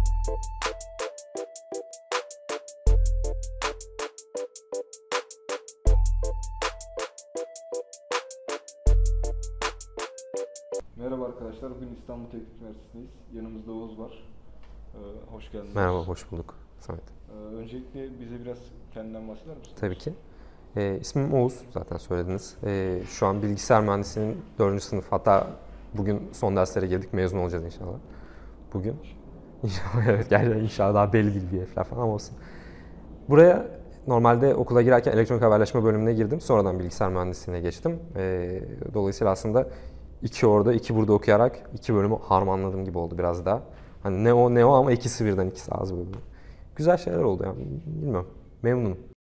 Merhaba arkadaşlar, bugün İstanbul Teknik Üniversitesi'ndeyiz. Yanımızda Oğuz var. Hoş geldiniz. Merhaba, hoş bulduk Samet. Öncelikle bize biraz kendinden bahseder misin? Tabii ki. İsmim Oğuz, zaten söylediniz. Şu an bilgisayar mühendisliğinin 4. sınıf, hatta bugün son derslere girdik, mezun olacağız inşallah. Bugün. İnşallah, evet, gerçekten inşallah daha belli değil bir F'ler falan olsun. Buraya normalde okula girerken elektronik haberleşme bölümüne girdim. Sonradan bilgisayar mühendisliğine geçtim. Dolayısıyla aslında 2 orada, 2 burada okuyarak 2 bölümü harmanladığım gibi oldu biraz daha. Hani ne o ama ikisi birden, ikisi az bölümü. Güzel şeyler oldu yani, bilmiyorum. Memnunum.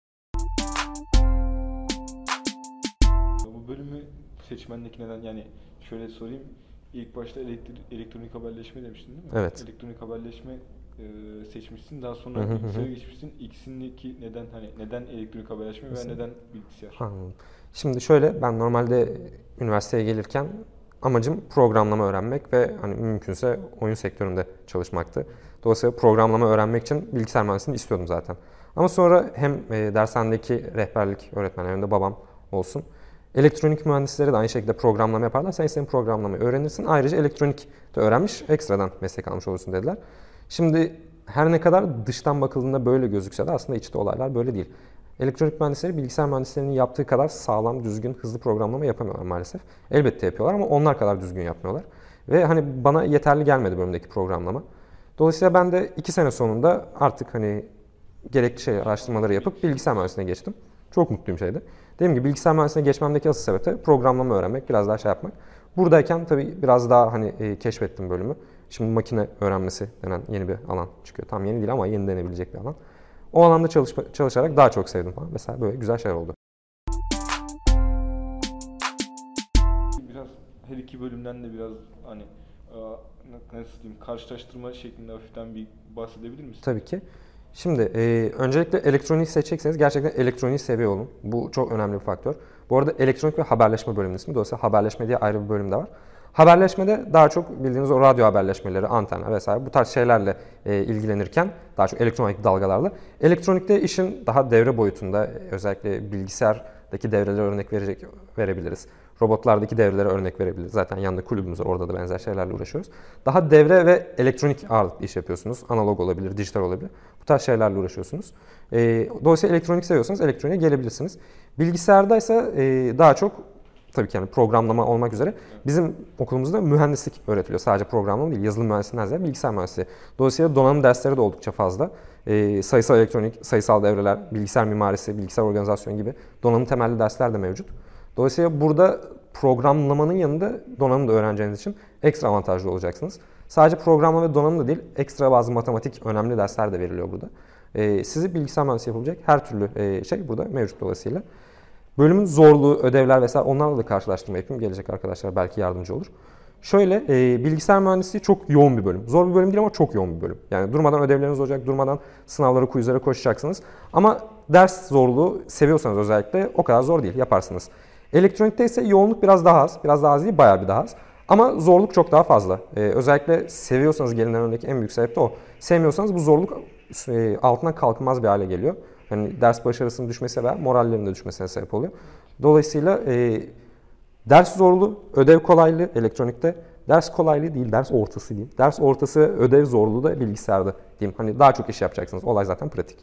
Bu bölümü seçmendeki neden, yani şöyle sorayım. İlk başta elektronik haberleşme demiştin değil mi? Evet. Elektronik haberleşme seçmişsin. Daha sonra bilgisayara geçmişsin. İkisindeki neden elektronik haberleşme ve neden bilgisayar? Anladım. Şimdi şöyle, ben normalde üniversiteye gelirken amacım programlama öğrenmek ve hani mümkünse oyun sektöründe çalışmaktı. Dolayısıyla programlama öğrenmek için bilgisayar mühendisliğini istiyordum zaten. Ama sonra hem dershanedeki rehberlik öğretmeni hem de babam olsun, elektronik mühendisleri de aynı şekilde programlama yaparlar. Sen istediğin programlamayı öğrenirsin. Ayrıca elektronik de öğrenmiş, ekstradan meslek almış olursun dediler. Şimdi her ne kadar dıştan bakıldığında böyle gözükse de aslında içte olaylar böyle değil. Elektronik mühendisleri bilgisayar mühendislerinin yaptığı kadar sağlam, düzgün, hızlı programlama yapamıyorlar maalesef. Elbette yapıyorlar ama onlar kadar düzgün yapmıyorlar. Ve hani bana yeterli gelmedi bölümdeki programlama. Dolayısıyla ben de 2 sene sonunda artık hani gerekli araştırmaları yapıp bilgisayar mühendisliğine geçtim. Çok mutluyum şeydi. Dediğim gibi bilgisayar mühendisliğine geçmemdeki asıl sebep de programlama öğrenmek, biraz daha yapmak. Buradayken tabii biraz daha hani keşfettim bölümü. Şimdi makine öğrenmesi denen yeni bir alan çıkıyor. Tam yeni değil ama yeni denebilecek bir alan. O alanda çalışarak daha çok sevdim falan. Mesela böyle güzel şeyler oldu. Biraz her iki bölümden de biraz hani nasıl diyeyim, karşılaştırma şeklinde hafiften bir bahsedebilir misin? Tabii ki. Şimdi öncelikle elektronik seçecekseniz gerçekten elektroniği seviyor olun. Bu çok önemli bir faktör. Bu arada elektronik ve haberleşme bölümünün ismi. Dolayısıyla haberleşme diye ayrı bir bölüm de var. Haberleşmede daha çok bildiğiniz o radyo haberleşmeleri, antenler vesaire bu tarz şeylerle ilgilenirken daha çok elektronik dalgalarla. Elektronikte işin daha devre boyutunda, özellikle bilgisayardaki devrelere örnek verebiliriz. Robotlardaki devrelere örnek verebiliriz. Zaten yanında kulübümüz var, orada da benzer şeylerle uğraşıyoruz. Daha devre ve elektronik ağırlıklı iş yapıyorsunuz. Analog olabilir, dijital olabilir. Bu tarz şeylerle uğraşıyorsunuz. Dolayısıyla elektronik seviyorsanız elektroniğe gelebilirsiniz. Bilgisayardaysa daha çok tabii ki yani programlama olmak üzere bizim okulumuzda mühendislik öğretiliyor. Sadece programlama değil, yazılım mühendisliğinden ziyade bilgisayar mühendisliği. Dolayısıyla donanım dersleri de oldukça fazla. Sayısal elektronik, sayısal devreler, bilgisayar mimarisi, bilgisayar organizasyonu gibi donanım temelli dersler de mevcut. Dolayısıyla burada programlamanın yanında donanım da öğreneceğiniz için ekstra avantajlı olacaksınız. Sadece programlama ve donanım da değil, ekstra bazı matematik önemli dersler de veriliyor burada. Sizi bilgisayar mühendisi yapabilecek her türlü şey burada mevcut dolayısıyla. Bölümün zorluğu, ödevler vesaire onlarla da karşılaştırma yapayım. Gelecek arkadaşlar belki yardımcı olur. Şöyle, bilgisayar mühendisliği çok yoğun bir bölüm. Zor bir bölüm değil ama çok yoğun bir bölüm. Yani durmadan ödevleriniz olacak, durmadan sınavlara, quizlere koşacaksınız. Ama ders zorluğu seviyorsanız özellikle o kadar zor değil, yaparsınız. Elektronikte ise yoğunluk biraz daha az. Biraz daha az değil, bayağı bir daha az. Ama zorluk çok daha fazla. Özellikle seviyorsanız gelinen örnekteki en büyük sebep de o. Sevmiyorsanız bu zorluk altından kalkılmaz bir hale geliyor. Yani ders başarısının düşmesi veya morallerinin de düşmesine sebep oluyor. Dolayısıyla ders zorluğu, ödev kolaylığı elektronikte. Ders kolaylığı değil, ders ortası diyeyim. Ders ortası, ödev zorluğu da bilgisayarda diyeyim. Hani daha çok iş yapacaksınız. Olay zaten pratik.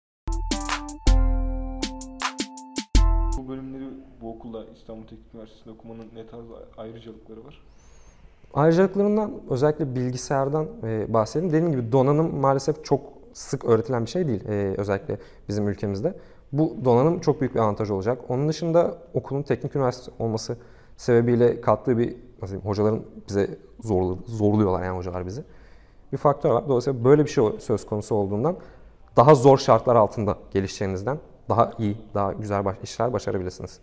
Bu bölümleri bu okulda İstanbul Teknik Üniversitesi'nde okumanın ne tarz ayrıcalıkları var? Ayrıcalıklarından özellikle bilgisayardan bahsedeyim. Dediğim gibi donanım maalesef çok sık öğretilen bir şey değil. Özellikle bizim ülkemizde. Bu donanım çok büyük bir avantaj olacak. Onun dışında okulun teknik üniversite olması sebebiyle kattığı bir hocaların bize zorluyorlar yani hocalar bizi. Bir faktör var. Dolayısıyla böyle bir şey söz konusu olduğundan daha zor şartlar altında gelişeceğinizden daha iyi, daha güzel işler başarabilirsiniz.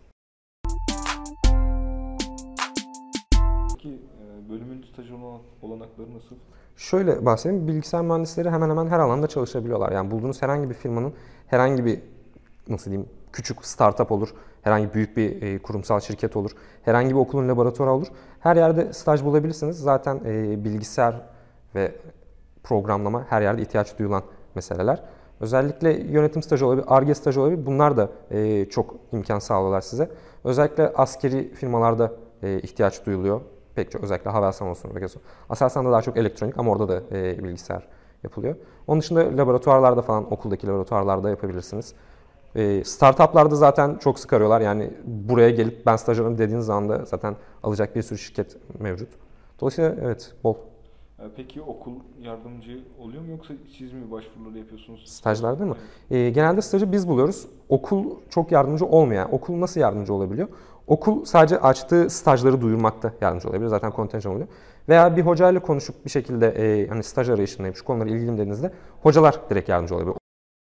Peki bölümün stajı olanakları nasıl? Şöyle bahsedeyim, bilgisayar mühendisleri hemen hemen her alanda çalışabiliyorlar. Yani bulduğunuz herhangi bir firmanın herhangi bir küçük startup olur, herhangi büyük bir kurumsal şirket olur, herhangi bir okulun laboratuvarı olur. Her yerde staj bulabilirsiniz. Zaten bilgisayar ve programlama her yerde ihtiyaç duyulan meseleler. Özellikle yönetim stajı olabilir, Ar-Ge stajı olabilir. Bunlar da çok imkan sağlıyorlar size. Özellikle askeri firmalarda ihtiyaç duyuluyor. Pek çok, özellikle Havelsan olsun, Pegasus. Aselsan'da daha çok elektronik ama orada da bilgisayar yapılıyor. Onun dışında laboratuvarlarda falan, okuldaki laboratuvarlarda yapabilirsiniz. Startuplarda zaten çok sık arıyorlar. Yani buraya gelip ben stajyerim dediğiniz anda zaten alacak bir sürü şirket mevcut. Dolayısıyla evet, bol. Peki okul yardımcı oluyor mu yoksa siz mi başvuruları yapıyorsunuz? Stajlar değil mi? Genelde stajı biz buluyoruz. Okul çok yardımcı olmuyor. Yani okul nasıl yardımcı olabiliyor? Okul sadece açtığı stajları duyurmakta yardımcı olabilir. Zaten kontenjan oluyor. Veya bir hocayla konuşup bir şekilde hani staj arayışındayım, şu konulara ilgiliyim dediğinizde hocalar direkt yardımcı olabilir.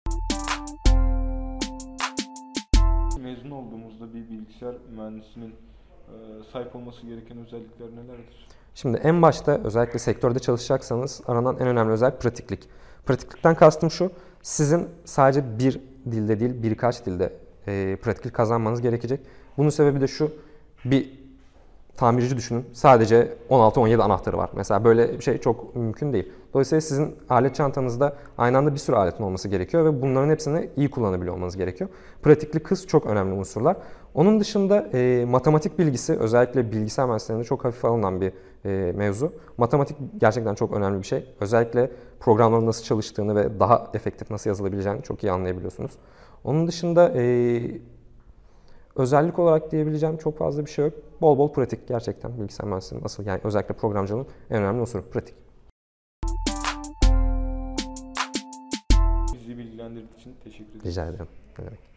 Mezun olduğumuzda bir bilgisayar mühendisinin sahip olması gereken özellikler nelerdir? Şimdi en başta özellikle sektörde çalışacaksanız aranan en önemli özellik pratiklik. Pratiklikten kastım şu, sizin sadece bir dilde değil birkaç dilde pratiklik kazanmanız gerekecek. Bunun sebebi de şu, bir tamirci düşünün, sadece 16-17 anahtarı var. Mesela böyle bir şey çok mümkün değil. Dolayısıyla sizin alet çantanızda aynı anda bir sürü aletin olması gerekiyor ve bunların hepsini iyi kullanabiliyor olmanız gerekiyor. Pratiklik kısmı çok önemli unsurlar. Onun dışında matematik bilgisi, özellikle bilgisayar mühendisliğinde çok hafif alınan bir mevzu. Matematik gerçekten çok önemli bir şey. Özellikle programların nasıl çalıştığını ve daha efektif nasıl yazılabileceğini çok iyi anlayabiliyorsunuz. Onun dışında özellik olarak diyebileceğim çok fazla bir şey yok. Bol bol pratik gerçekten bilgisayar mühendisliğinin asıl, yani özellikle programcılığın en önemli unsuru pratik. Bizi bilgilendirdiğiniz için teşekkür ederim. Rica ederim. Ne demek.